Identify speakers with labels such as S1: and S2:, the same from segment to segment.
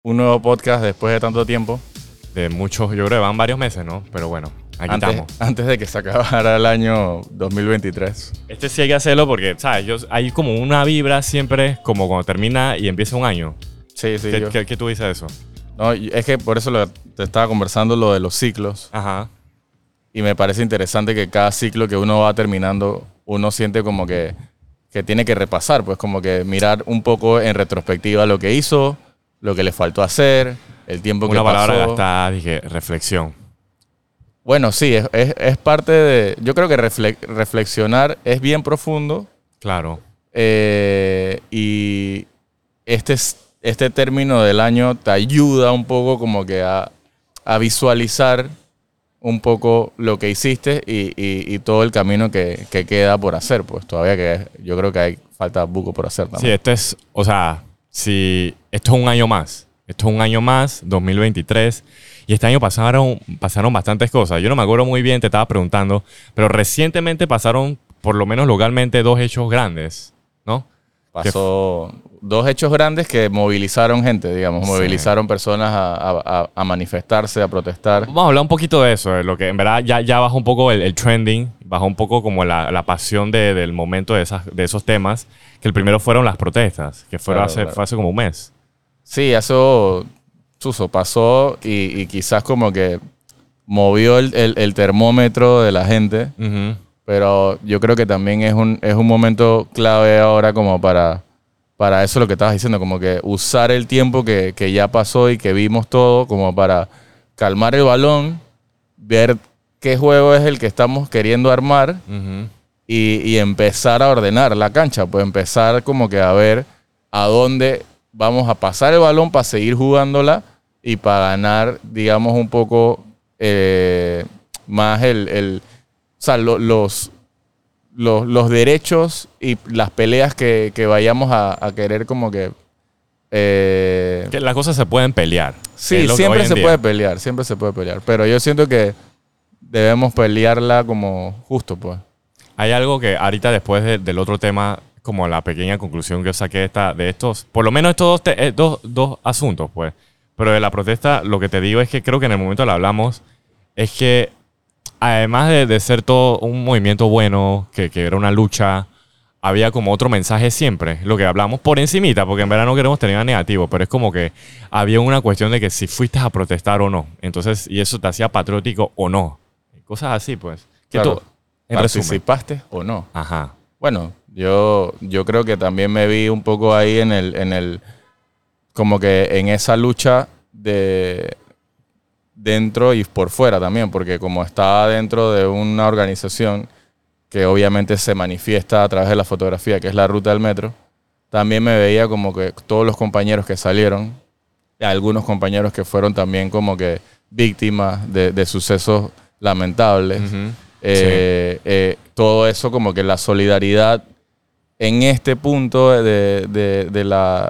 S1: un nuevo podcast después de tanto tiempo.
S2: De muchos, yo creo que van varios meses, ¿no? Pero bueno, aquí estamos.
S1: Antes de que se acabara el año 2023.
S2: Este sí hay que hacerlo porque, ¿sabes? Hay como una vibra siempre, como cuando termina y empieza un año.
S1: Sí.
S2: ¿Qué tú dices de eso?
S1: No, es que por eso te estaba conversando lo de los ciclos.
S2: Ajá.
S1: Y me parece interesante que cada ciclo que uno va terminando, uno siente como que tiene que repasar, pues como que mirar un poco en retrospectiva lo que hizo, lo que le faltó hacer, el tiempo que pasó.
S2: Una palabra gastada, dije, reflexión.
S1: Bueno, sí, es parte de... Yo creo que reflexionar es bien profundo.
S2: Claro.
S1: Y este término del año te ayuda un poco como que a visualizar un poco lo que hiciste y todo el camino que queda por hacer. Pues todavía yo creo que falta buco por hacer también.
S2: Sí, esto es un año más. Esto es un año más, 2023. Y este año pasaron bastantes cosas. Yo no me acuerdo muy bien, te estaba preguntando, pero recientemente pasaron, por lo menos localmente, 2 hechos grandes, ¿no?
S1: Pasó 2 hechos grandes que movilizaron gente, digamos. Sí. Movilizaron personas a manifestarse, a protestar.
S2: Vamos a hablar un poquito de eso, de lo que en verdad ya bajó un poco el trending, bajó un poco como la pasión del momento de esos temas, que el primero fueron las protestas, que fue hace como un mes.
S1: Sí, eso pasó y quizás como que movió el termómetro de la gente. Uh-huh. Pero yo creo que también es un momento clave ahora como para eso lo que estabas diciendo, como que usar el tiempo que ya pasó y que vimos todo como para calmar el balón, ver qué juego es el que estamos queriendo armar. Uh-huh. y empezar a ordenar la cancha, pues empezar como que a ver a dónde vamos a pasar el balón para seguir jugándola y para ganar, digamos, un poco más o sea, los derechos y las peleas que vayamos a querer como que...
S2: que las cosas se pueden pelear.
S1: Sí, siempre se puede pelear. Pero yo siento que debemos pelearla como justo, pues.
S2: Hay algo que ahorita después del otro tema, como la pequeña conclusión que yo saqué de estos, por lo menos estos dos asuntos, pues. Pero de la protesta, lo que te digo es que creo que en el momento lo hablamos, es que además de ser todo un movimiento bueno, que era una lucha, había como otro mensaje siempre, lo que hablamos por encimita, porque en verdad no queremos tener nada negativo, pero es como que había una cuestión de que si fuiste a protestar o no, entonces, y eso te hacía patriótico o no, cosas así, pues.
S1: Claro, ¿participaste o no?
S2: Ajá.
S1: Bueno, yo creo que también me vi un poco ahí en el como que en esa lucha de dentro y por fuera también, porque como estaba dentro de una organización que obviamente se manifiesta a través de la fotografía, que es la ruta del metro, también me veía como que todos los compañeros que salieron, algunos compañeros que fueron también como que víctimas de sucesos lamentables. Uh-huh. Sí. Todo eso como que la solidaridad en este punto de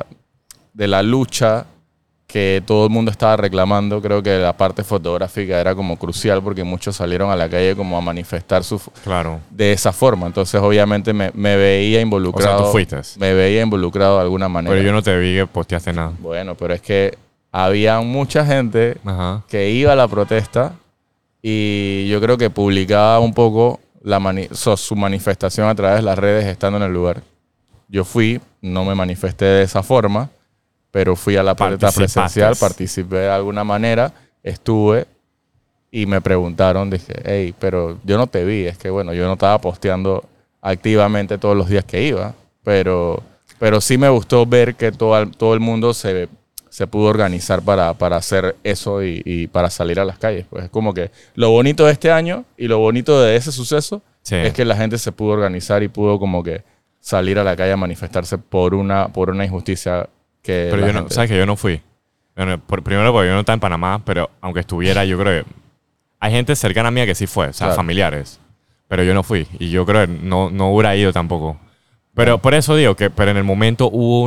S1: la lucha que todo el mundo estaba reclamando, creo que la parte fotográfica era como crucial porque muchos salieron a la calle como a manifestar de esa forma. Entonces obviamente me veía involucrado.
S2: O sea, tú fuiste.
S1: Me veía involucrado de alguna manera.
S2: Pero yo no te vi que posteaste nada.
S1: Bueno, pero es que había mucha gente que iba a la protesta y yo creo que publicaba un poco su manifestación a través de las redes estando en el lugar. Yo fui, no me manifesté de esa forma, pero fui a la protesta presencial, participé de alguna manera, estuve y me preguntaron, dije, hey, pero yo no te vi, es que bueno, yo no estaba posteando activamente todos los días que iba, pero sí me gustó ver que todo el mundo se pudo organizar para hacer eso y para salir a las calles. Pues es como que lo bonito de este año y lo bonito de ese suceso es que la gente se pudo organizar y pudo como que salir a la calle a manifestarse por una injusticia que...
S2: Pero yo no, ¿sabes que yo no fui? Bueno, primero porque yo no estaba en Panamá, pero aunque estuviera, yo creo que hay gente cercana a mí que sí fue, o sea, claro, familiares. Pero yo no fui y yo creo que no hubiera ido tampoco. Pero por eso digo que pero en el momento hubo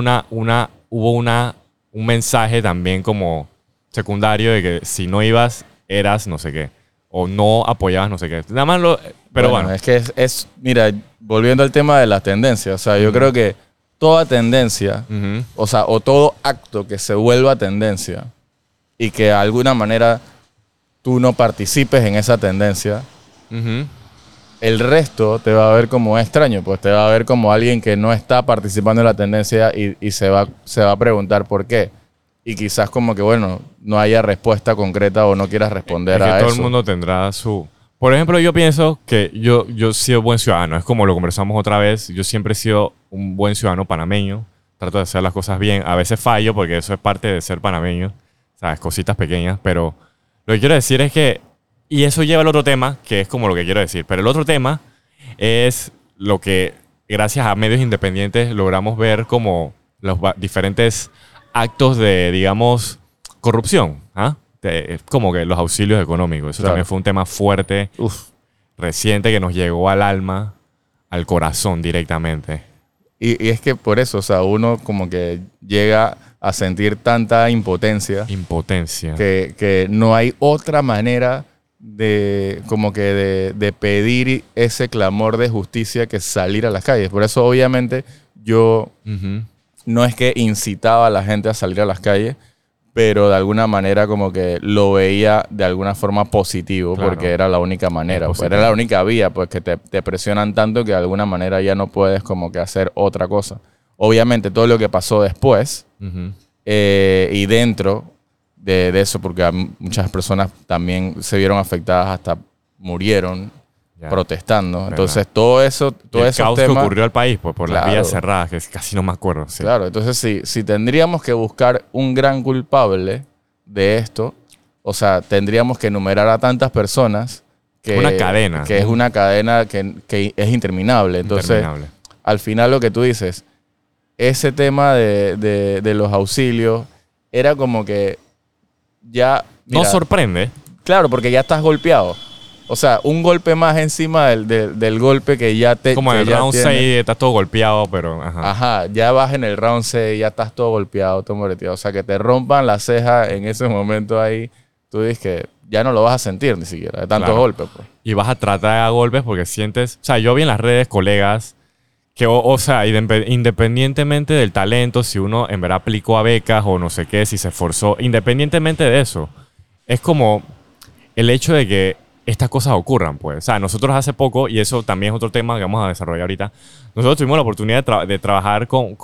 S2: un mensaje también como secundario de que si no ibas, eras no sé qué. O no apoyabas no sé qué. Nada más pero bueno.
S1: Es que mira, volviendo al tema de las tendencias, o sea, yo creo que toda tendencia,
S2: Ujú.
S1: o sea, o todo acto que se vuelva tendencia y que de alguna manera tú no participes en esa tendencia,
S2: Ujú.
S1: el resto te va a ver como extraño, pues te va a ver como alguien que no está participando en la tendencia y se va a preguntar por qué. Y quizás como que, bueno, no haya respuesta concreta o no quieras responder
S2: Es que
S1: a
S2: todo
S1: eso.
S2: el mundo tendrá su... Por ejemplo, yo pienso que yo he sido buen ciudadano. Es como lo conversamos otra vez. Yo siempre he sido un buen ciudadano panameño. Trato de hacer las cosas bien. A veces fallo porque eso es parte de ser panameño. ¿Sabes? Cositas pequeñas. Pero lo que quiero decir es que... Y eso lleva al otro tema, que es como lo que quiero decir. Pero el otro tema es lo que, gracias a medios independientes, logramos ver como los diferentes actos de, digamos, corrupción. ¿Ah? Como que los auxilios económicos. Eso
S1: Claro.
S2: también fue un tema fuerte,
S1: Uf.
S2: reciente, que nos llegó al alma, al corazón directamente.
S1: Y es que por eso, o sea, uno como que llega a sentir tanta impotencia
S2: Impotencia.
S1: que no hay otra manera de como que de pedir ese clamor de justicia que salir a las calles. Por eso obviamente yo
S2: Ujú.
S1: no es que incitaba a la gente a salir a las calles, pero de alguna manera como que lo veía de alguna forma positivo,
S2: Claro.
S1: porque era la única manera, pues,
S2: positivo.
S1: era la única vía, pues que te presionan tanto que de alguna manera ya no puedes como que hacer otra cosa. Obviamente todo lo que pasó después
S2: Ujú.
S1: y dentro de eso, porque muchas personas también se vieron afectadas, hasta murieron
S2: Ya.
S1: protestando.
S2: ¿Verdad?
S1: Entonces todo eso,
S2: Y
S1: todos
S2: el
S1: esos
S2: caos que
S1: temas...
S2: ocurrió al país, pues por las
S1: Claro.
S2: vías cerradas, que casi no me acuerdo. Sí.
S1: Claro, entonces si tendríamos que buscar un gran culpable de esto, o sea, tendríamos que enumerar a tantas personas que...
S2: Una cadena.
S1: Que es una cadena que es interminable. Entonces,
S2: Interminable.
S1: al final lo que tú dices, ese tema de los auxilios era como que ya...
S2: No
S1: mira,
S2: sorprende.
S1: claro, porque ya estás golpeado. O sea, un golpe más encima del golpe que ya te...
S2: Como en
S1: que
S2: el
S1: ya
S2: round
S1: tienes.
S2: 6 estás todo golpeado, pero... Ajá.
S1: Ajá, ya vas en el round 6, ya estás todo golpeado, todo moreteado. O sea, que te rompan la ceja en ese momento ahí, tú dices que ya no lo vas a sentir ni siquiera, de tantos
S2: Claro.
S1: golpes, pues.
S2: Y vas a tratar a golpes porque sientes... O sea, yo vi en las redes colegas que, o sea, independientemente del talento, si uno en verdad aplicó a becas o no sé qué, si se esforzó, independientemente de eso, es como el hecho de que estas cosas ocurran, pues. O sea, nosotros hace poco, y eso también es otro tema que vamos a desarrollar ahorita, nosotros tuvimos la oportunidad de trabajar con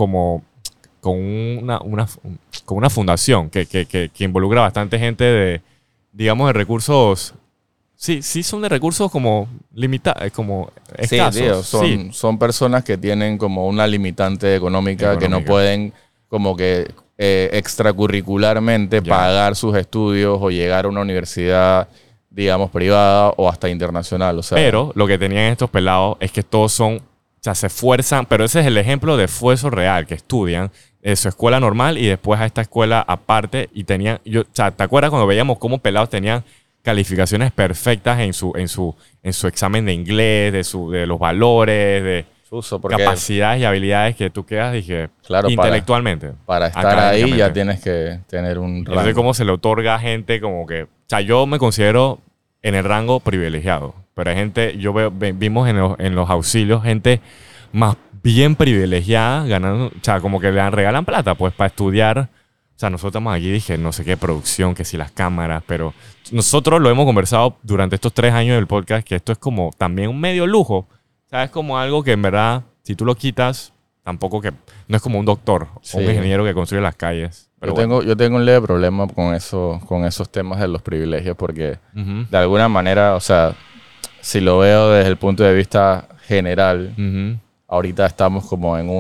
S2: una fundación que involucra bastante gente de, digamos, de recursos... Sí, son de recursos como limitados, como escasos.
S1: Sí, tío,
S2: Sí.
S1: son personas que tienen como una limitante económica que no pueden como que extracurricularmente
S2: Ya.
S1: pagar sus estudios o llegar a una universidad, digamos, privada o hasta internacional. O sea,
S2: Pero lo que tenían estos pelados es que todos son, o sea, se esfuerzan, pero ese es el ejemplo de esfuerzo real, que estudian su escuela normal y después a esta escuela aparte y tenían, o sea, ¿te acuerdas cuando veíamos cómo pelados tenían calificaciones perfectas en su examen de inglés, de los valores, de
S1: uso, porque
S2: capacidades y habilidades que tú quedas, dije,
S1: Claro,
S2: intelectualmente?
S1: para estar ahí ya
S2: académicamente.
S1: tienes que tener un
S2: Yo no sé
S1: rango.
S2: cómo se le otorga a gente como que... O sea, yo me considero en el rango privilegiado. Pero hay gente... Vimos en los auxilios gente más bien privilegiada ganando... O sea, como que le regalan plata pues para estudiar. O sea, nosotros estamos aquí, dije, no sé qué producción, que si las cámaras, pero nosotros lo hemos conversado durante estos 3 años del podcast, que esto es como también un medio lujo. O sea, es como algo que en verdad, si tú lo quitas, tampoco que... No es como un doctor
S1: Sí.
S2: o un ingeniero que construye las calles. Pero
S1: Yo tengo un leve problema con esos temas de los privilegios porque
S2: Ujú.
S1: de alguna manera, o sea, si lo veo desde el punto de vista general,
S2: Ujú.
S1: ahorita estamos como en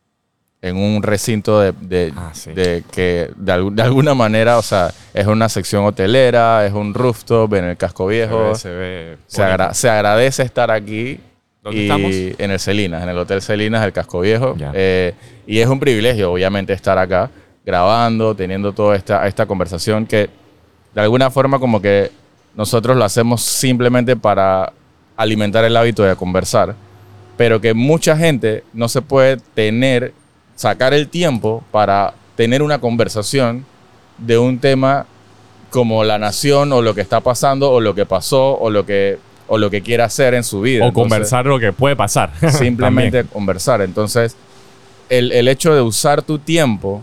S1: un recinto
S2: Sí.
S1: de que de alguna manera, o sea, es una sección hotelera, es un rooftop en el Casco Viejo.
S2: Se ve
S1: Se agradece estar aquí.
S2: ¿Dónde
S1: y
S2: estamos?
S1: En el Celinas, en el Hotel Celinas del Casco Viejo.
S2: Ya.
S1: Y es un privilegio, obviamente, estar acá grabando, teniendo toda esta conversación que de alguna forma como que nosotros lo hacemos simplemente para alimentar el hábito de conversar, pero que mucha gente no se puede sacar el tiempo para tener una conversación de un tema como la nación o lo que está pasando o lo que pasó o lo que quiera hacer en su vida.
S2: O
S1: Entonces,
S2: conversar lo que puede pasar.
S1: simplemente
S2: También.
S1: conversar. Entonces, el hecho de usar tu tiempo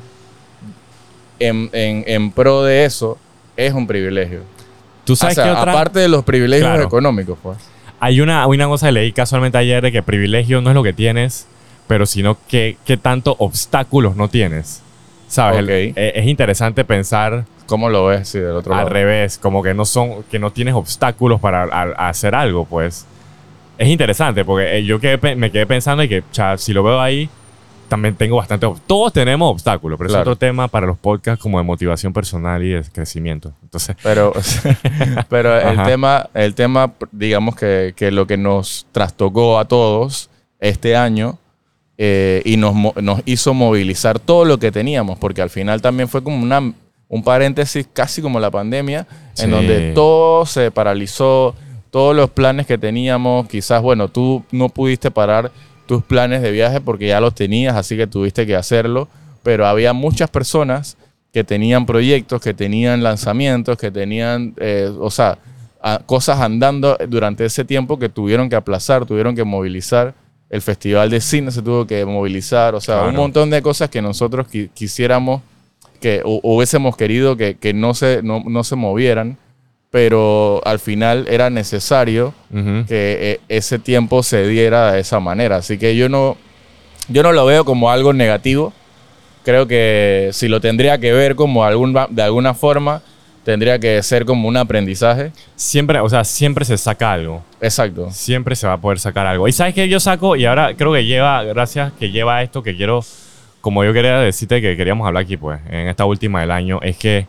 S1: en pro de eso es un privilegio.
S2: ¿Tú sabes
S1: o sea,
S2: qué otra?
S1: aparte de los privilegios
S2: Claro.
S1: económicos, pues.
S2: Hay una cosa que leí casualmente ayer de que privilegio no es lo que tienes, pero sino que tanto obstáculos no tienes. ¿Sabes?
S1: Ok.
S2: Es interesante pensar
S1: ¿Cómo lo ves? Sí, del otro
S2: al
S1: lado.
S2: revés, como que no tienes obstáculos para hacer algo, pues. Es interesante porque me quedé pensando y que, si lo veo ahí, también tengo bastante. Todos tenemos obstáculos, pero
S1: Claro.
S2: es otro tema para los podcasts como de motivación personal y de crecimiento. Entonces,
S1: Pero
S2: Ajá.
S1: el tema, digamos que lo que nos trastocó a todos este año y nos hizo movilizar todo lo que teníamos, porque al final también fue como un paréntesis, casi como la pandemia,
S2: Sí.
S1: en donde todo se paralizó, todos los planes que teníamos, quizás, bueno, tú no pudiste parar tus planes de viaje porque ya los tenías, así que tuviste que hacerlo, pero había muchas personas que tenían proyectos, que tenían lanzamientos, que tenían, cosas andando durante ese tiempo que tuvieron que aplazar, tuvieron que movilizar. El Festival de Cine se tuvo que movilizar, o sea, un
S2: Claro.
S1: montón de cosas que nosotros quisiéramos, que hubiésemos querido que no se movieran, pero al final era necesario
S2: Ujú.
S1: que ese tiempo se diera de esa manera. Así que yo no lo veo como algo negativo. Creo que si lo tendría que ver como de alguna forma, tendría que ser como un aprendizaje.
S2: Siempre, o sea, siempre se saca algo.
S1: Exacto.
S2: Siempre se va a poder sacar algo. Y sabes que yo saco, y ahora creo que gracias que lleva a esto que quiero, como yo quería decirte que queríamos hablar aquí, pues, en esta última del año, es que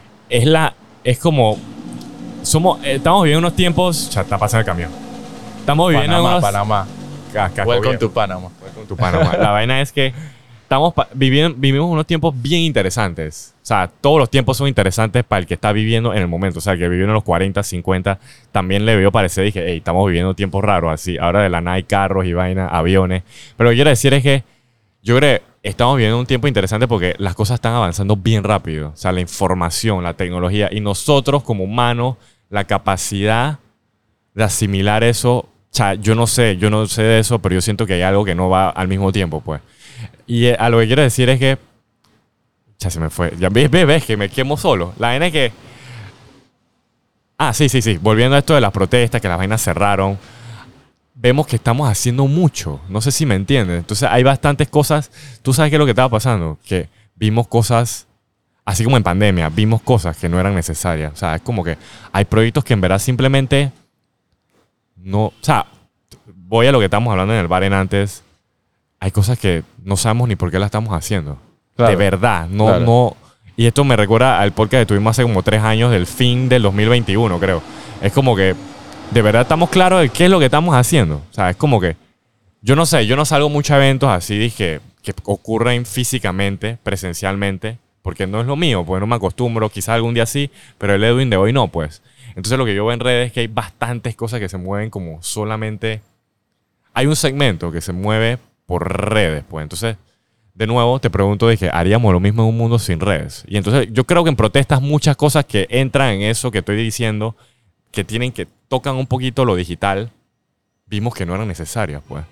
S2: es como, estamos viviendo unos tiempos, ya está pasando el camión. Estamos viviendo en
S1: Panamá.
S2: Casco
S1: Welcome
S2: viejo.
S1: to Panama.
S2: Welcome to Panama. La vaina es que vivimos unos tiempos bien interesantes. O sea, todos los tiempos son interesantes para el que está viviendo en el momento. O sea, el que vivió en los 40, 50, también le vio parecer, dije, hey, estamos viviendo tiempos raros así. Ahora de la nada hay carros y vainas, aviones. Pero lo que quiero decir es que yo creo que estamos viviendo un tiempo interesante porque las cosas están avanzando bien rápido. O sea, la información, la tecnología. Y nosotros como humanos, la capacidad de asimilar eso. O sea, yo no sé de eso, pero yo siento que hay algo que no va al mismo tiempo, pues. Y a lo que quiero decir es que. Ya se me fue. Ya ves que me quemo solo. La vaina es que. Sí. Volviendo a esto de las protestas, que las vainas cerraron. Vemos que estamos haciendo mucho. No sé si me entiendes. Entonces hay bastantes cosas. ¿Tú sabes qué es lo que estaba pasando? Que vimos cosas. Así como en pandemia, vimos cosas que no eran necesarias. O sea, es como que hay proyectos que en verdad simplemente. No. O sea, voy a lo que estábamos hablando en el bar en antes. Hay cosas que no sabemos ni por qué las estamos haciendo.
S1: Claro.
S2: De verdad.
S1: Claro.
S2: No. Y esto me recuerda al podcast que tuvimos hace como 3 años del fin del 2021, creo. Es como que de verdad estamos claros de qué es lo que estamos haciendo. O sea, es como que yo no sé, yo no salgo mucho a eventos así dije, que ocurren físicamente, presencialmente, porque no es lo mío, pues no me acostumbro, quizás algún día sí, pero el Edwin de hoy no, pues. Entonces lo que yo veo en redes es que hay bastantes cosas que se mueven como solamente. Hay un segmento que se mueve por redes, pues. Entonces, de nuevo, te pregunto, dije, ¿haríamos lo mismo en un mundo sin redes? Y entonces, yo creo que en protestas muchas cosas que entran en eso que estoy diciendo, que tocan un poquito lo digital, vimos que no eran necesarias, pues.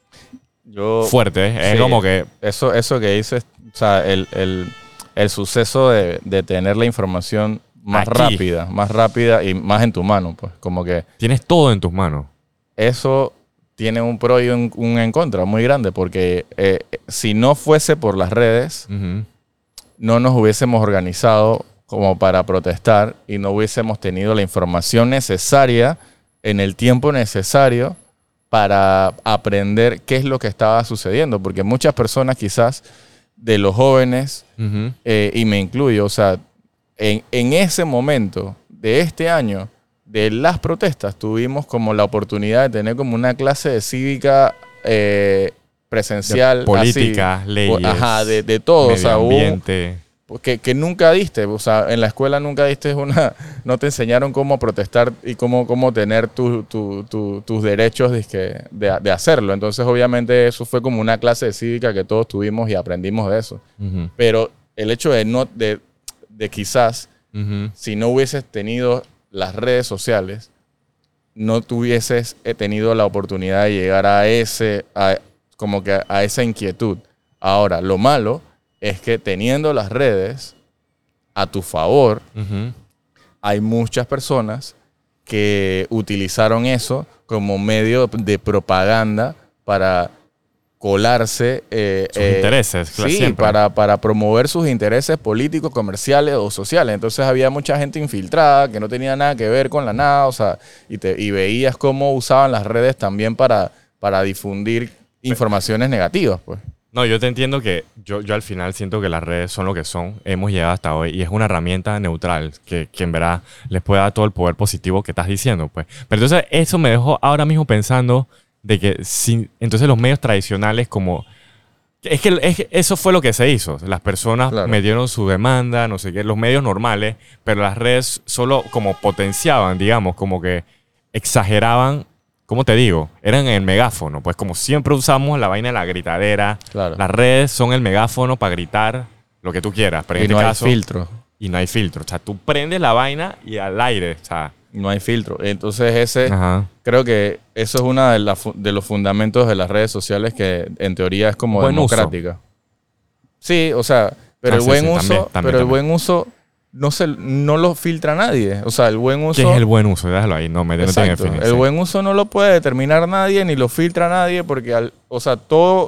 S2: Fuerte, ¿eh? Es
S1: Sí,
S2: como que.
S1: Eso que dices, o sea, el suceso de tener la información más rápida y más en tu mano, pues. Como que
S2: Tienes todo en tus manos.
S1: eso tiene un pro y un en contra muy grande, porque si no fuese por las redes,
S2: Ujú.
S1: no nos hubiésemos organizado como para protestar y no hubiésemos tenido la información necesaria en el tiempo necesario para aprender qué es lo que estaba sucediendo. Porque muchas personas quizás de los jóvenes,
S2: Ujú.
S1: y me incluyo, o sea, en ese momento de este año, de las protestas, tuvimos como la oportunidad de tener como una clase de cívica presencial.
S2: De política,
S1: así,
S2: leyes,
S1: ajá, de todo.
S2: medio
S1: O sea,
S2: ambiente.
S1: que nunca diste, o sea, en la escuela nunca diste no te enseñaron cómo protestar y cómo tener tus derechos de hacerlo. Entonces, obviamente, eso fue como una clase de cívica que todos tuvimos y aprendimos de eso.
S2: Ujú.
S1: Pero el hecho de quizás,
S2: Ujú.
S1: si no hubieses tenido las redes sociales, no tuvieses tenido la oportunidad de llegar como que a esa inquietud, Ahora, lo malo es que teniendo las redes a tu favor, hay muchas personas que utilizaron eso como medio de propaganda para colarse.
S2: Sus intereses, claro,
S1: sí,
S2: siempre.
S1: para promover sus intereses políticos, comerciales o sociales. Entonces había mucha gente infiltrada que no tenía nada que ver con la nada, o sea, y veías cómo usaban las redes también para difundir informaciones negativas, pues.
S2: No, yo te entiendo que yo al final siento que las redes son lo que son. Hemos llegado hasta hoy y es una herramienta neutral que en verdad les puede dar todo el poder positivo que estás diciendo, pues. Pero entonces eso me dejó ahora mismo pensando de que entonces los medios tradicionales como... Es que eso fue lo que se hizo. Las personas
S1: Claro.
S2: metieron su demanda, no sé qué, los medios normales, pero las redes solo como potenciaban, digamos, como que exageraban. ¿Cómo te digo? Eran el megáfono. Pues como siempre usamos la vaina de la gritadera,
S1: Claro.
S2: las redes son el megáfono para gritar lo que tú quieras. Pero en
S1: Y
S2: este
S1: no hay
S2: caso,
S1: filtro.
S2: y no hay filtro. O sea, tú prendes la vaina y al aire. O sea,
S1: No hay filtro. Entonces
S2: ajá.
S1: creo que eso es uno de los fundamentos de las redes sociales que en teoría es como
S2: Buen uso.
S1: democrática. Sí, o sea, pero
S2: Ah,
S1: el
S2: sí,
S1: buen
S2: sí,
S1: uso,
S2: también,
S1: pero el
S2: también.
S1: buen uso no lo filtra nadie. O sea, el buen uso.
S2: ¿Qué es el buen uso? Déjalo ahí. No, me no tiene
S1: Exacto.
S2: fin.
S1: El
S2: Sí.
S1: buen uso no lo puede determinar nadie ni lo filtra nadie porque, o sea, todo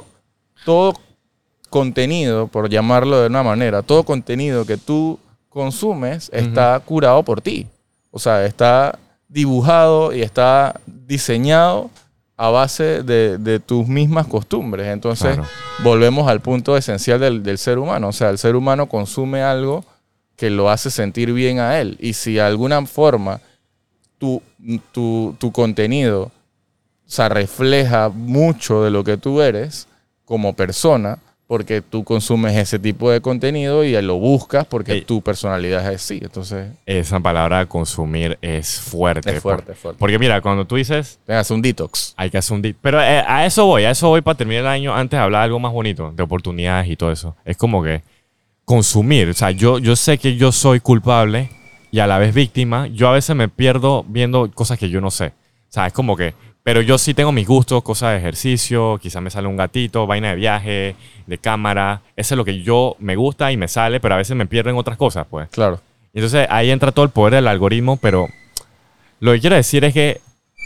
S1: contenido, por llamarlo de una manera, todo contenido que tú consumes está curado por ti. O sea, está dibujado y está diseñado a base de tus mismas costumbres. Entonces,
S2: Claro.
S1: volvemos al punto esencial del ser humano. O sea, el ser humano consume algo que lo hace sentir bien a él. Y si de alguna forma tu contenido, o sea, refleja mucho de lo que tú eres como persona, porque tú consumes ese tipo de contenido y lo buscas porque
S2: Ey.
S1: tu personalidad es así. Entonces,
S2: Esa palabra consumir es fuerte.
S1: es fuerte, es fuerte.
S2: Porque mira, cuando tú dices
S1: Tengas un detox.
S2: hay que hacer un... Pero a eso voy para terminar el año antes de hablar de algo más bonito, de oportunidades y todo eso. Es como que consumir. O sea, yo sé que yo soy culpable y a la vez víctima. Yo a veces me pierdo viendo cosas que yo no sé. O sea, es como que... Pero yo sí tengo mis gustos, cosas de ejercicio, quizás me sale un gatito, vaina de viaje, de cámara. Eso es lo que yo me gusta y me sale, pero a veces me pierdo en otras cosas, pues.
S1: Claro.
S2: Y entonces ahí entra todo el poder del algoritmo, pero lo que quiero decir es que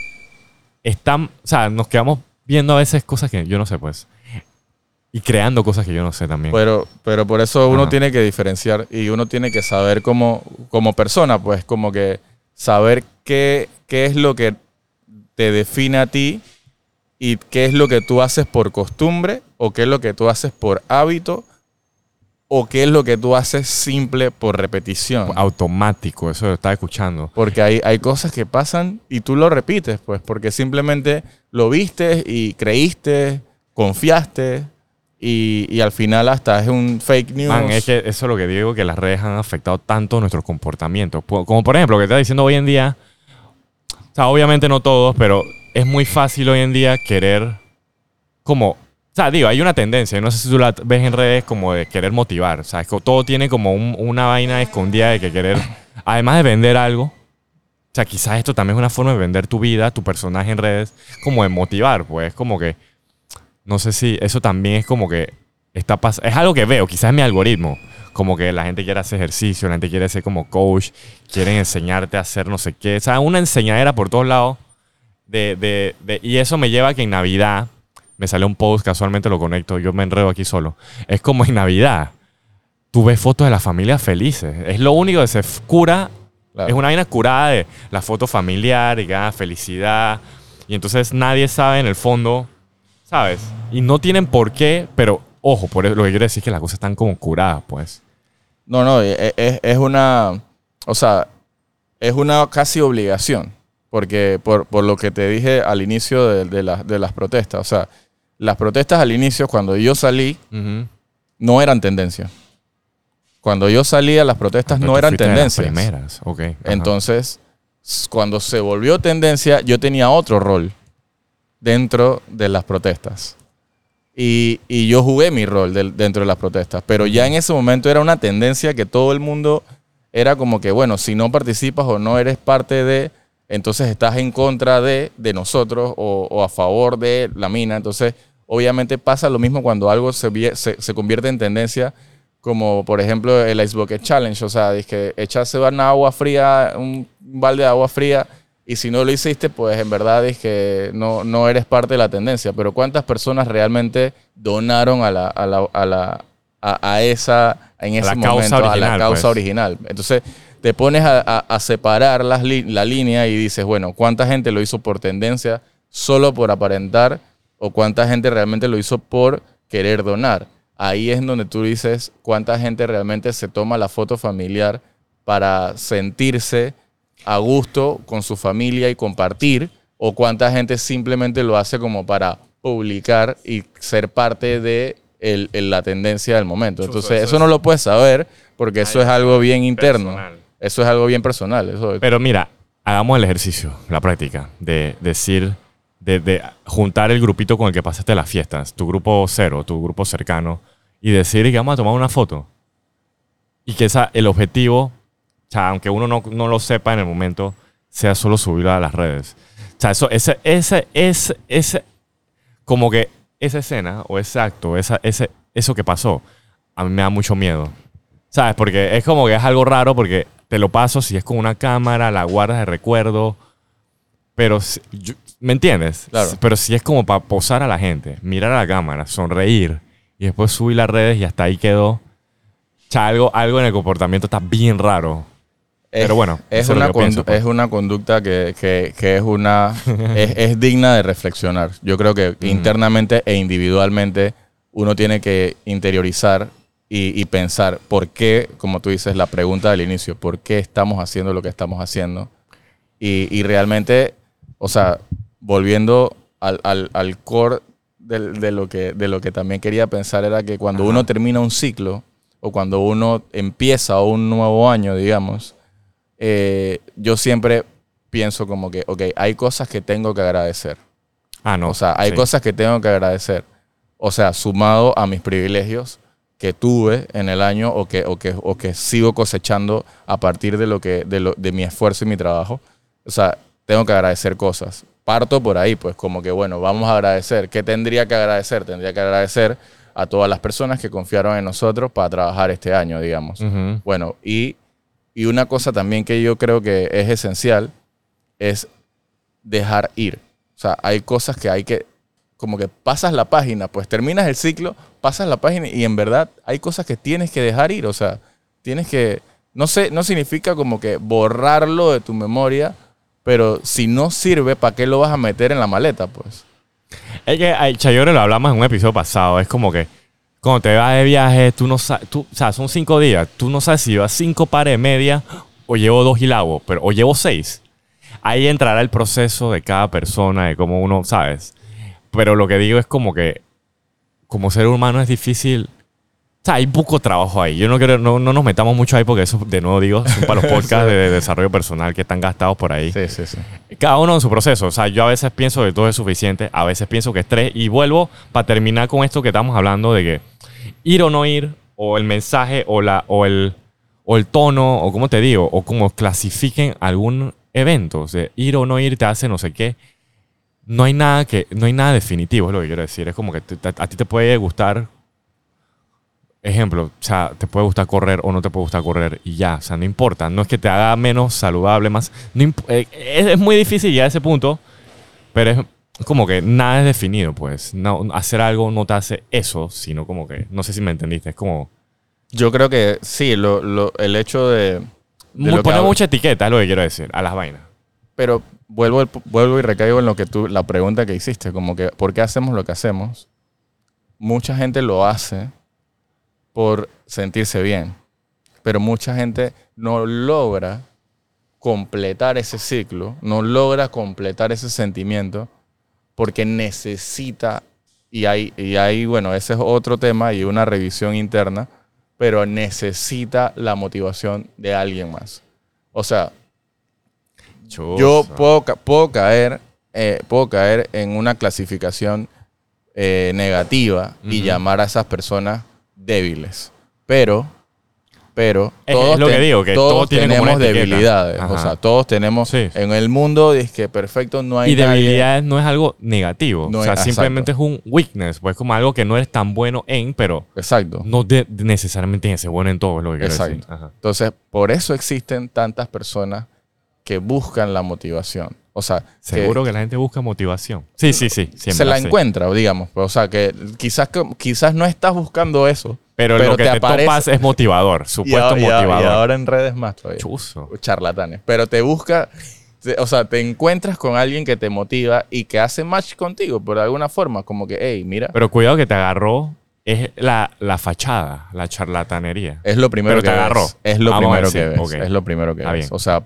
S2: o sea, nos quedamos viendo a veces cosas que yo no sé, pues. Y creando cosas que yo no sé también.
S1: Pero por eso uno
S2: Ajá.
S1: tiene que diferenciar y uno tiene que saber como persona, pues, como que saber qué es lo que te define a ti y qué es lo que tú haces por costumbre o qué es lo que tú haces por hábito o qué es lo que tú haces simple por repetición.
S2: Automático, eso lo estaba escuchando.
S1: Porque hay cosas que pasan y tú lo repites, pues, porque simplemente lo viste y creíste, confiaste y al final hasta es un fake news.
S2: Man, es que eso es lo que digo, que las redes han afectado tanto nuestros comportamientos. Como por ejemplo, lo que te está diciendo hoy en día, o sea, obviamente no todos, pero es muy fácil hoy en día querer como... O sea, digo, hay una tendencia, no sé si tú la ves en redes como de querer motivar. O sea, es que todo tiene como una vaina escondida de que querer, además de vender algo, o sea, quizás esto también es una forma de vender tu vida, tu personaje en redes, como de motivar, pues, como que, no sé si eso también es como que está pasando, es algo que veo, quizás es mi algoritmo, como que la gente quiere hacer ejercicio, la gente quiere ser como coach, quieren enseñarte a hacer no sé qué, o sea, una enseñadera por todos lados, y eso me lleva a que en Navidad, me sale un post, casualmente lo conecto, yo me enredo aquí solo, es como en Navidad, tú ves fotos de las familias felices, es lo único que se cura.
S1: Claro.
S2: Es una vaina curada de la foto familiar y felicidad. Y entonces nadie sabe en el fondo, ¿sabes? Y no tienen por qué, pero ojo, por eso lo que quiero decir es que las cosas están como curadas, pues.
S1: No, es una, o sea, es una casi obligación, porque por lo que te dije al inicio de las protestas, o sea, las protestas al inicio, cuando yo salí, no eran tendencia. Cuando yo salía, las protestas
S2: Pero
S1: no
S2: tú
S1: eran
S2: fuiste de las
S1: tendencias.
S2: primeras, ok. Ajá.
S1: Entonces, cuando se volvió tendencia, yo tenía otro rol dentro de las protestas. Y yo jugué mi rol dentro de las protestas. Pero ya en ese momento era una tendencia que todo el mundo era como que, bueno, si no participas o no eres parte de, entonces estás en contra de nosotros o a favor de la mina. Entonces, obviamente pasa lo mismo cuando algo se convierte en tendencia, como por ejemplo el Ice Bucket Challenge. O sea, es que echarse una agua fría, un balde de agua fría, y si no lo hiciste, pues en verdad es que no eres parte de la tendencia. Pero ¿cuántas personas realmente donaron a ese momento, a la causa original? Entonces te pones a separar la línea y dices, bueno, ¿cuánta gente lo hizo por tendencia, solo por aparentar, o cuánta gente realmente lo hizo por querer donar? Ahí es donde tú dices cuánta gente realmente se toma la foto familiar para sentirse a gusto con su familia y compartir, o cuánta gente simplemente lo hace como para publicar y ser parte de la tendencia del momento. Entonces, eso no lo puedes saber porque eso es algo bien interno. Personal. Eso es algo bien personal.
S2: Pero mira, hagamos el ejercicio, la práctica, de decir, de juntar el grupito con el que pasaste las fiestas, tu grupo cero, tu grupo cercano, y decir que vamos a tomar una foto. Y que el objetivo, o sea, aunque uno no lo sepa en el momento, sea solo subirlo a las redes. O sea, como que esa escena o ese acto, eso que pasó, a mí me da mucho miedo. ¿Sabes? Porque es como que es algo raro porque te lo paso si es con una cámara, la guardas de recuerdo. Pero, ¿me entiendes?
S1: Claro.
S2: Pero si es como para posar a la gente, mirar a la cámara, sonreír y después subir las redes y hasta ahí quedó. O sea, algo en el comportamiento está bien raro. Pero bueno,
S1: es una conducta que es digna de reflexionar. Yo creo que internamente e individualmente uno tiene que interiorizar y pensar por qué, como tú dices, la pregunta del inicio, por qué estamos haciendo lo que estamos haciendo. Y realmente, o sea, volviendo al core de lo que también quería pensar, era que cuando uno termina un ciclo o cuando uno empieza un nuevo año, digamos, yo siempre pienso como que, ok, hay cosas que tengo que agradecer. O sea, hay cosas que tengo que agradecer. O sea, sumado a mis privilegios que tuve en el año o que sigo cosechando a partir de mi esfuerzo y mi trabajo. O sea, tengo que agradecer cosas. Parto por ahí, pues como que, bueno, vamos a agradecer. ¿Qué tendría que agradecer? Tendría que agradecer a todas las personas que confiaron en nosotros para trabajar este año, digamos.
S2: Uh-huh.
S1: Bueno, y una cosa también que yo creo que es esencial es dejar ir. O sea, hay cosas que hay que, como que pasas la página, pues terminas el ciclo, pasas la página y en verdad hay cosas que tienes que dejar ir. O sea, tienes que, no significa como que borrarlo de tu memoria, pero si no sirve, ¿para qué lo vas a meter en la maleta, pues?
S2: Es que, Chayorre, lo hablamos en un episodio pasado, es como que cuando te vas de viaje, tú no sabes, o sea, son 5 días, tú no sabes si llevas 5 pares de media o llevo 2 hilabos, o llevo 6. Ahí entrará el proceso de cada persona, de cómo uno, ¿sabes? Pero lo que digo es como que como ser humano es difícil. O sea, hay poco trabajo ahí. Yo no nos metamos mucho ahí porque eso, de nuevo digo, son para los podcasts de desarrollo personal que están gastados por ahí.
S1: Sí.
S2: Cada uno en su proceso. O sea, yo a veces pienso que todo es suficiente, a veces pienso que es 3. Y vuelvo para terminar con esto que estamos hablando de que ir o no ir, o el mensaje, o el tono, o como te digo, o como clasifiquen algún evento. O sea, ir o no ir te hace no sé qué. No hay nada definitivo, es lo que quiero decir. Es como que a ti te puede gustar. Ejemplo, o sea, te puede gustar correr o no te puede gustar correr y ya, o sea, no importa. No es que te haga menos saludable, más. Es muy difícil llegar a ese punto, pero es como que nada es definido, pues. No, hacer algo no te hace eso, sino como que, no sé si me entendiste, es como.
S1: Yo creo que sí, el hecho de
S2: poner mucha etiqueta es lo que quiero decir, a las vainas.
S1: Pero vuelvo y recaigo en lo que la pregunta que hiciste, como que, ¿por qué hacemos lo que hacemos? Mucha gente lo hace por sentirse bien, pero mucha gente no logra completar ese ciclo, no logra completar ese sentimiento porque necesita, y hay, bueno, ese es otro tema y una revisión interna, pero necesita la motivación de alguien más. O sea, yo puedo caer en una clasificación negativa y llamar a esas personas débiles. Pero pero
S2: es lo que digo, que todo tiene como
S1: tenemos
S2: una etiqueta.
S1: debilidades.
S2: Ajá.
S1: O sea, todos tenemos
S2: Sí.
S1: en el mundo, es que perfecto, no hay
S2: Y
S1: nadie.
S2: debilidades no es algo negativo.
S1: No
S2: o sea,
S1: es-
S2: simplemente es un weakness. Pues como algo que no eres tan bueno en, pero
S1: Exacto.
S2: no necesariamente tienes que ser bueno en todo, es lo que quiero decir.
S1: Exacto.
S2: Ajá.
S1: Entonces, por eso existen tantas personas que buscan la motivación. O sea,
S2: Seguro que la gente busca motivación. Sí, siempre.
S1: se la
S2: sí.
S1: encuentra, digamos. O sea, que quizás no estás buscando eso,
S2: Pero lo que te
S1: aparece.
S2: topas es motivador, supuesto
S1: Y
S2: motivador.
S1: ahora en redes más todavía.
S2: Chuzo.
S1: Charlatanes. Pero te busca, o sea, te encuentras con alguien que te motiva y que hace match contigo, por alguna forma, como que, hey, mira,
S2: Pero cuidado que te agarró es la fachada, la charlatanería.
S1: es lo primero
S2: pero
S1: que
S2: te agarró.
S1: ves. Es lo
S2: Vamos a
S1: primero
S2: decir,
S1: que ves.
S2: ok.
S1: Es lo primero que
S2: Está
S1: ves.
S2: bien.
S1: O sea,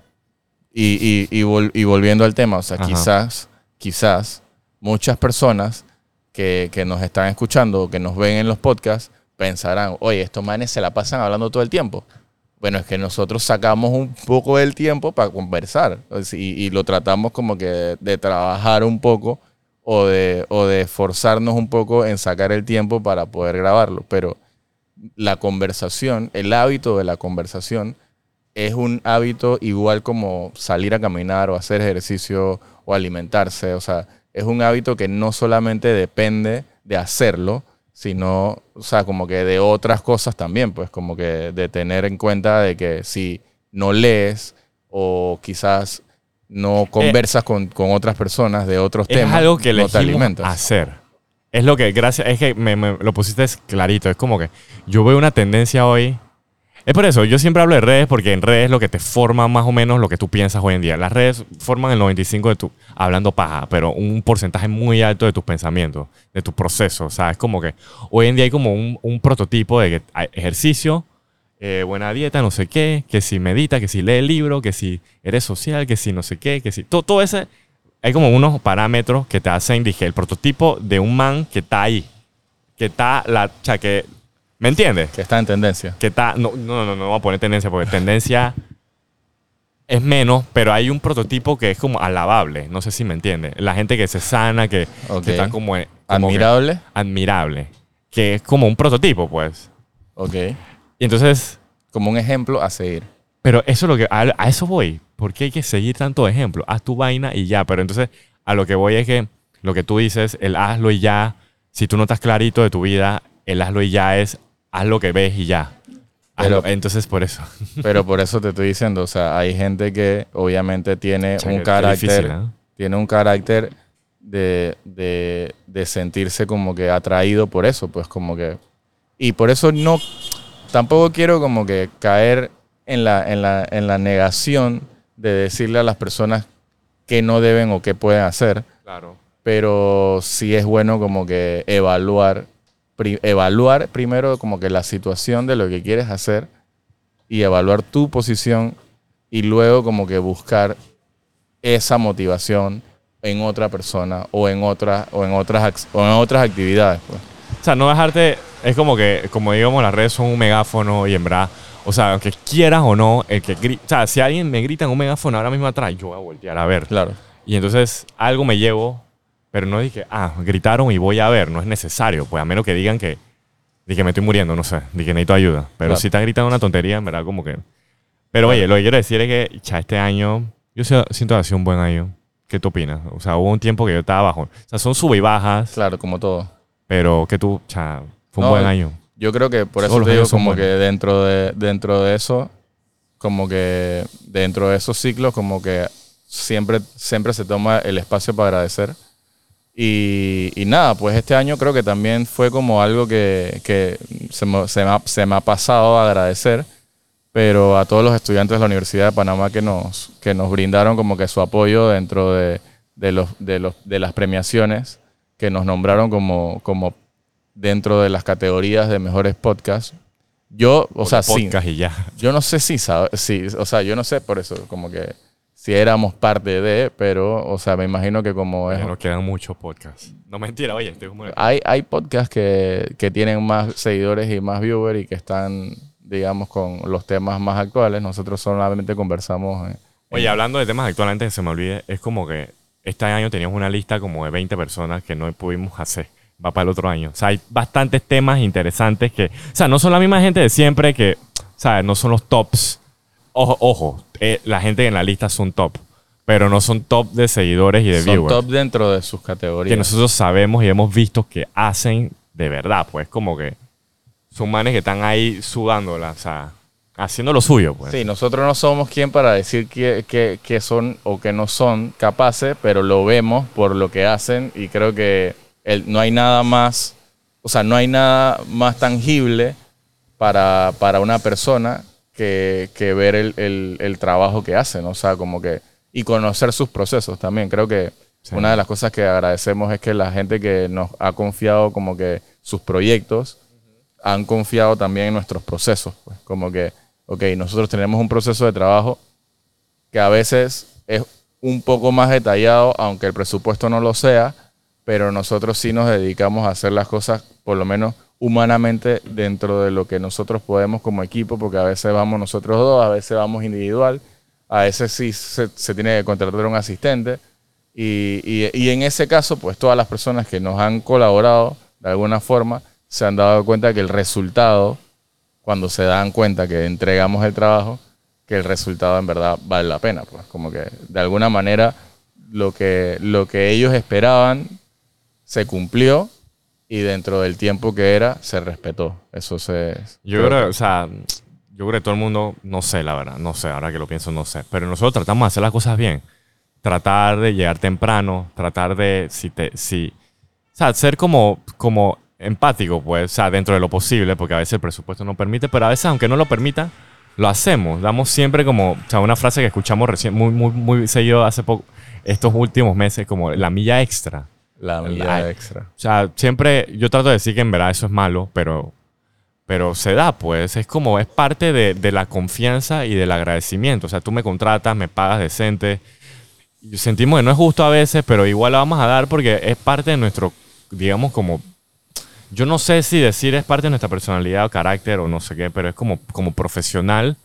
S1: y volviendo al tema, o sea,
S2: Ajá.
S1: quizás muchas personas que nos están escuchando o que nos ven en los podcasts pensarán, oye, estos manes se la pasan hablando todo el tiempo. Bueno, es que nosotros sacamos un poco del tiempo para conversar y lo tratamos como que de trabajar un poco o de esforzarnos un poco en sacar el tiempo para poder grabarlo. Pero la conversación, el hábito de la conversación es un hábito igual como salir a caminar o hacer ejercicio o alimentarse. O sea, es un hábito que no solamente depende de hacerlo, sino, o sea, como que de otras cosas también, pues como que de tener en cuenta de que si no lees o quizás no conversas con otras personas de otros
S2: Es
S1: temas,
S2: algo que
S1: no te
S2: elegimos
S1: alimentas.
S2: hacer. Es lo que, gracias, es que me lo pusiste clarito. Es como que yo veo una tendencia hoy. Es por eso, yo siempre hablo de redes porque en redes lo que te forma más o menos lo que tú piensas hoy en día. Las redes forman el 95% de tu, hablando paja, pero un porcentaje muy alto de tus pensamientos, de tu proceso. O sea, es como que hoy en día hay como un prototipo de que hay ejercicio, buena dieta, no sé qué, que si medita, que si lee el libro, que si eres social, que si no sé qué, que si... Todo ese... Hay como unos parámetros que te hacen, dije, el prototipo de un man que está ahí. Que está o sea, que... ¿Me entiendes?
S1: Que está en tendencia.
S2: Que está... No voy a poner tendencia porque tendencia es menos, pero hay un prototipo que es como alabable. No sé si me entiendes. La gente que se sana, que está como
S1: admirable.
S2: Admirable. Que es como un prototipo, pues.
S1: Ok.
S2: Y entonces...
S1: Como un ejemplo a seguir.
S2: Pero eso es lo que... A eso voy. ¿Por qué hay que seguir tanto ejemplo? Haz tu vaina y ya. Pero entonces a lo que voy es que lo que tú dices, el hazlo y ya, si tú no estás clarito de tu vida, el hazlo y ya es haz lo que ves y ya.
S1: Pero,
S2: entonces por eso.
S1: Pero por eso te estoy diciendo, o sea, hay gente que obviamente tiene un carácter,
S2: difícil, ¿eh?
S1: tiene un carácter de sentirse como que atraído por eso, pues como que... Y por eso no, tampoco quiero como que caer en la negación de decirle a las personas qué no deben o qué pueden hacer.
S2: Claro.
S1: Pero sí es bueno como que evaluar primero como que la situación de lo que quieres hacer y evaluar tu posición y luego como que buscar esa motivación en otra persona o en otras actividades, pues.
S2: O sea, no dejarte... Es como que, como digamos, las redes son un megáfono y en verdad... O sea, aunque quieras o no, el que grita... O sea, si alguien me grita en un megáfono ahora mismo atrás, yo voy a voltear a ver.
S1: Claro.
S2: Y entonces algo me llevo, pero no dije, gritaron y voy a ver. No es necesario, pues a menos que digan que me estoy muriendo, no sé, de que necesito ayuda. Pero
S1: Claro.
S2: si están gritando una tontería, en verdad, como que... Pero oye, lo que quiero decir es que ya este año, yo siento que ha sido un buen año. ¿Qué tú opinas? O sea, hubo un tiempo que yo estaba bajo. O sea, son sub y bajas,
S1: Claro, como todo.
S2: pero que tú, fue un
S1: No,
S2: buen año.
S1: Yo creo que por
S2: Todos
S1: eso
S2: los
S1: te digo
S2: años son
S1: como que
S2: buenos.
S1: dentro de eso, como que dentro de esos ciclos, como que siempre se toma el espacio para agradecer. Y nada, pues este año creo que también fue como algo que se me ha pasado a agradecer, pero a todos los estudiantes de la Universidad de Panamá que nos brindaron como que su apoyo dentro de las premiaciones, que nos nombraron como dentro de las categorías de mejores podcasts. Yo, o sea, sí.
S2: Podcast y ya.
S1: Yo no sé si, o sea, yo no sé por eso, como que si éramos parte de, pero, o sea, me imagino que como es...
S2: Nos quedan muchos podcasts. No, mentira, oye, estoy como...
S1: Hay podcasts que tienen más seguidores y más viewers y que están, digamos, con los temas más actuales. Nosotros solamente conversamos...
S2: Oye, hablando de temas actuales, antes que se me olvide, es como que este año teníamos una lista como de 20 personas que no pudimos hacer. Va para el otro año. O sea, hay bastantes temas interesantes que... O sea, no son la misma gente de siempre que... O ¿sabes? No son los tops. Ojo, la gente en la lista son top, pero no son top de seguidores y de viewers.
S1: Son top dentro de sus categorías.
S2: Que nosotros sabemos y hemos visto que hacen de verdad, pues como que son manes que están ahí sudándola, o sea, haciendo lo suyo, pues.
S1: Sí, nosotros no somos quien para decir que son o que no son capaces, pero lo vemos por lo que hacen y creo que no hay nada más, o sea, no hay nada más tangible para una persona que ver el trabajo que hacen, o sea, como que, y conocer sus procesos también. Creo que sí. Una de las cosas que agradecemos es que la gente que nos ha confiado como que sus proyectos han confiado también en nuestros procesos, pues, como que, ok, nosotros tenemos un proceso de trabajo que a veces es un poco más detallado, aunque el presupuesto no lo sea, pero nosotros sí nos dedicamos a hacer las cosas, por lo menos humanamente, dentro de lo que nosotros podemos como equipo, porque a veces vamos nosotros dos, a veces vamos individual, a veces sí se tiene que contratar un asistente, y en ese caso, pues todas las personas que nos han colaborado de alguna forma se han dado cuenta que el resultado, cuando se dan cuenta que entregamos el trabajo, que el resultado en verdad vale la pena, pues como que de alguna manera lo que ellos esperaban se cumplió y dentro del tiempo que era se respetó. Eso
S2: yo creo, o sea, yo creo que todo el mundo, no sé, la verdad, no sé, ahora que lo pienso, no sé, pero nosotros tratamos de hacer las cosas bien, tratar de llegar temprano, tratar de, o sea, ser como empático, pues, o sea, dentro de lo posible, porque a veces el presupuesto no permite, pero a veces, aunque no lo permita, lo hacemos. Damos siempre como, o sea, una frase que escuchamos recién, muy seguido hace poco, estos últimos meses, como la milla extra.
S1: La milla extra.
S2: O sea, siempre yo trato de decir que en verdad eso es malo, pero se da, pues. Es como, es parte de la confianza y del agradecimiento. O sea, tú me contratas, me pagas decente. Y sentimos que no es justo a veces, pero igual la vamos a dar porque es parte de nuestro, digamos, como... Yo no sé si decir es parte de nuestra personalidad o carácter o no sé qué, pero es como profesional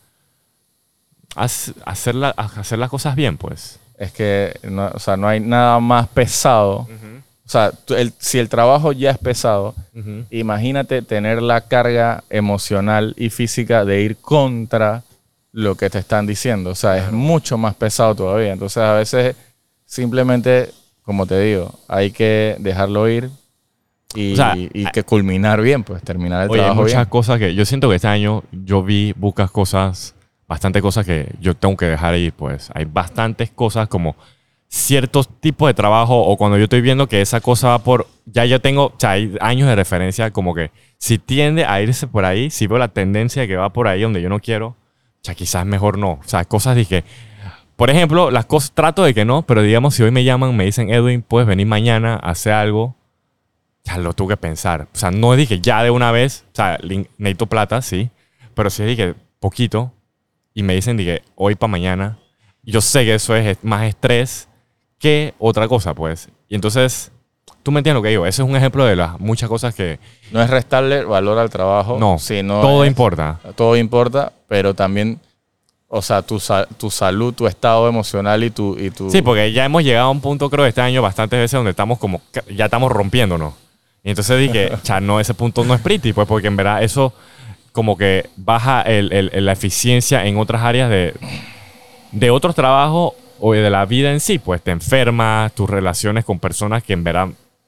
S2: hacer las cosas bien, pues.
S1: Es que no, o sea, no hay nada más pesado. Uh-huh. O sea, si el trabajo ya es pesado, uh-huh, imagínate tener la carga emocional y física de ir contra lo que te están diciendo. O sea, es mucho más pesado todavía. Entonces, a veces simplemente, como te digo, hay que dejarlo ir. Y, o sea, y que culminar bien, pues terminar el trabajo bien.
S2: Hay muchas cosas que yo siento que este año yo vi bastantes cosas que yo tengo que dejar ir, pues. Hay bastantes cosas como ciertos tipos de trabajo o cuando yo estoy viendo que esa cosa va por... Ya yo tengo, o sea, hay años de referencia como que si tiende a irse por ahí, si veo la tendencia que va por ahí donde yo no quiero, ya quizás mejor no. O sea, cosas de que... Por ejemplo, las cosas trato de que no, pero digamos si hoy me llaman, me dicen, Edwin, puedes venir mañana a hacer algo. Ya lo tuve que pensar. O sea, no dije ya de una vez. O sea, necesito plata, sí. Pero sí dije poquito. Y me dicen, dije, hoy para mañana. Yo sé que eso es más estrés que otra cosa, pues. Y entonces, tú me entiendes lo que digo. Ese es un ejemplo de las muchas cosas que...
S1: No es restarle valor al trabajo.
S2: No,
S1: sino
S2: todo importa.
S1: Todo importa, pero también... O sea, tu salud, tu estado emocional y tu...
S2: Sí, porque ya hemos llegado a un punto, creo, este año bastantes veces donde estamos como... Ya estamos rompiéndonos. Y entonces dije, no, ese punto no es pretty, pues porque en verdad eso como que baja la eficiencia en otras áreas de otros trabajos o de la vida en sí. Pues te enfermas, tus relaciones con personas que en verdad,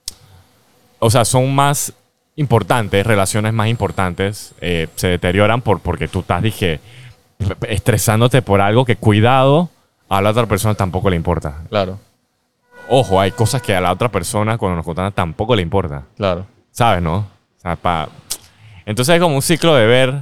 S2: o sea, son más importantes, relaciones más importantes, se deterioran porque tú estás, dije, estresándote por algo que, cuidado, a la otra persona tampoco le importa.
S1: Claro.
S2: Ojo, hay cosas que a la otra persona cuando nos contratan tampoco le importa.
S1: Claro.
S2: ¿Sabes, no? O sea, entonces es como un ciclo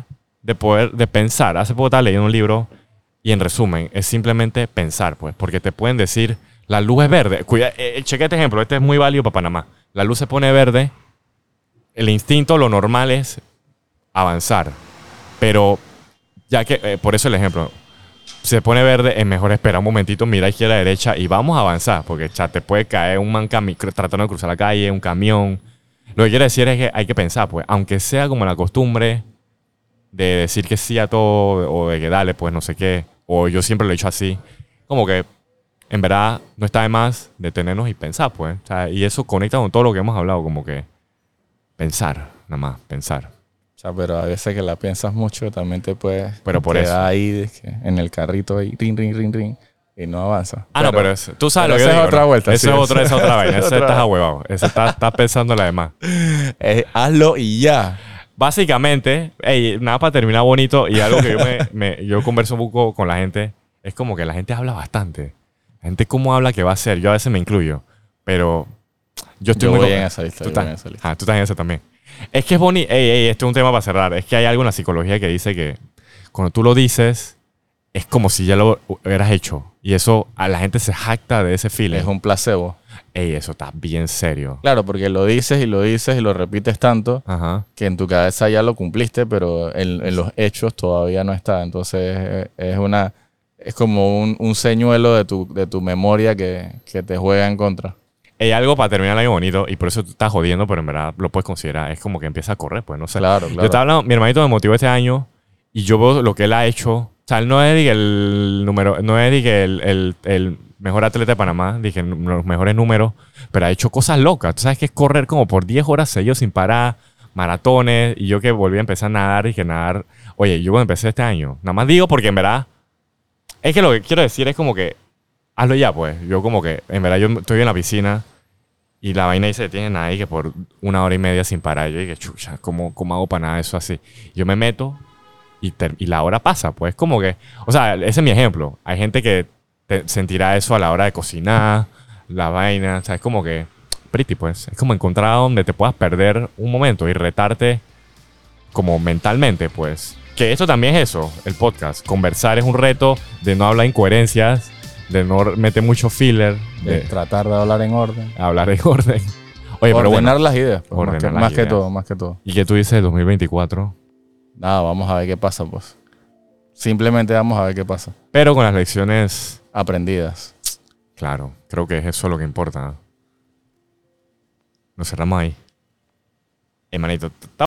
S2: de pensar. Hace poco estaba leyendo un libro y en resumen es simplemente pensar, pues. Porque te pueden decir, la luz es verde. Cheque este ejemplo, este es muy válido para Panamá. La luz se pone verde, el instinto, lo normal es avanzar. Pero, ya que, por eso el ejemplo... Se pone verde, es mejor esperar un momentito, mira a izquierda, derecha y vamos a avanzar. Porque ya te puede caer un man tratando de cruzar la calle, un camión. Lo que quiere decir es que hay que pensar, pues, aunque sea como la costumbre de decir que sí a todo o de que dale, pues no sé qué. O yo siempre lo he hecho así. Como que en verdad no está de más detenernos y pensar, pues. O sea, y eso conecta con todo lo que hemos hablado, como que pensar, nada más, pensar.
S1: sea, pero a veces que la piensas mucho también te puedes
S2: Pero por
S1: quedar
S2: eso.
S1: ahí en el carrito ahí, ring, ring, ring, ring, y no avanza.
S2: No, pero tú sabes lo que
S1: esa
S2: yo
S1: es
S2: digo,
S1: otra
S2: ¿no?
S1: vuelta.
S2: Eso
S1: sí,
S2: es otra, esa otra vaina. Ese
S1: otra-
S2: estás ahuevado. Ese estás pensando en la demás.
S1: Hazlo y ya.
S2: Básicamente, nada para terminar bonito y algo que yo converso un poco con la gente, es como que la gente habla bastante. La gente cómo habla que va a ser. Yo a veces me incluyo, pero yo estoy
S1: Yo
S2: muy...
S1: voy en esa lista.
S2: Tú
S1: Yo voy
S2: estás,
S1: en esa lista.
S2: tú estás en esa también. Es que es bonito. Este es un tema para cerrar. Es que hay algo en la psicología que dice que cuando tú lo dices, es como si ya lo hubieras hecho. Y eso a la gente se jacta de ese feeling.
S1: Es un placebo.
S2: Eso está bien serio.
S1: Claro, porque lo dices y lo dices y lo repites tanto
S2: Ajá.
S1: que en tu cabeza ya lo cumpliste, pero en los hechos todavía no está. Entonces es como un señuelo de tu memoria que te juega en contra.
S2: Hay algo para terminar algo bonito y por eso tú estás jodiendo, pero en verdad lo puedes considerar. Es como que empieza a correr, pues no sé.
S1: Claro,
S2: Yo
S1: claro.
S2: estaba hablando, mi hermanito me motivó este año y yo veo lo que él ha hecho. O sea, él no es diga, el número, no es diga, el mejor atleta de Panamá, dije los mejores números, pero ha hecho cosas locas. Tú sabes que es correr como por 10 horas seguidos sin parar, maratones, y yo que volví a empezar a nadar, dije nadar. Oye, yo cuando empecé este año, nada más digo porque en verdad, es que lo que quiero decir es como que hazlo ya, pues. Yo como que, en verdad, yo estoy en la piscina y la vaina ahí se detiene ahí que por 1 hora y media sin parar. Yo dije, chucha, ¿cómo hago para nada eso así? Yo me meto y la hora pasa, pues. Como que, o sea, ese es mi ejemplo. Hay gente que sentirá eso a la hora de cocinar, la vaina, o sea, es como que, pretty, pues. Es como encontrar donde te puedas perder un momento y retarte como mentalmente, pues. Que esto también es eso, el podcast. Conversar es un reto de no hablar incoherencias, de no meter mucho filler,
S1: De
S2: de
S1: tratar de hablar en orden.
S2: hablar en orden. Oye, pero
S1: Ordenar
S2: bueno.
S1: las ideas. Pues,
S2: Ordenar
S1: más
S2: las
S1: que
S2: ideas.
S1: todo, más que todo.
S2: ¿Y qué tú dices de 2024?
S1: Nada, vamos a ver qué pasa, pues. Simplemente vamos a ver qué pasa.
S2: Pero con las lecciones,
S1: Aprendidas.
S2: claro, creo que es eso lo que importa. Nos cerramos ahí. Hermanito,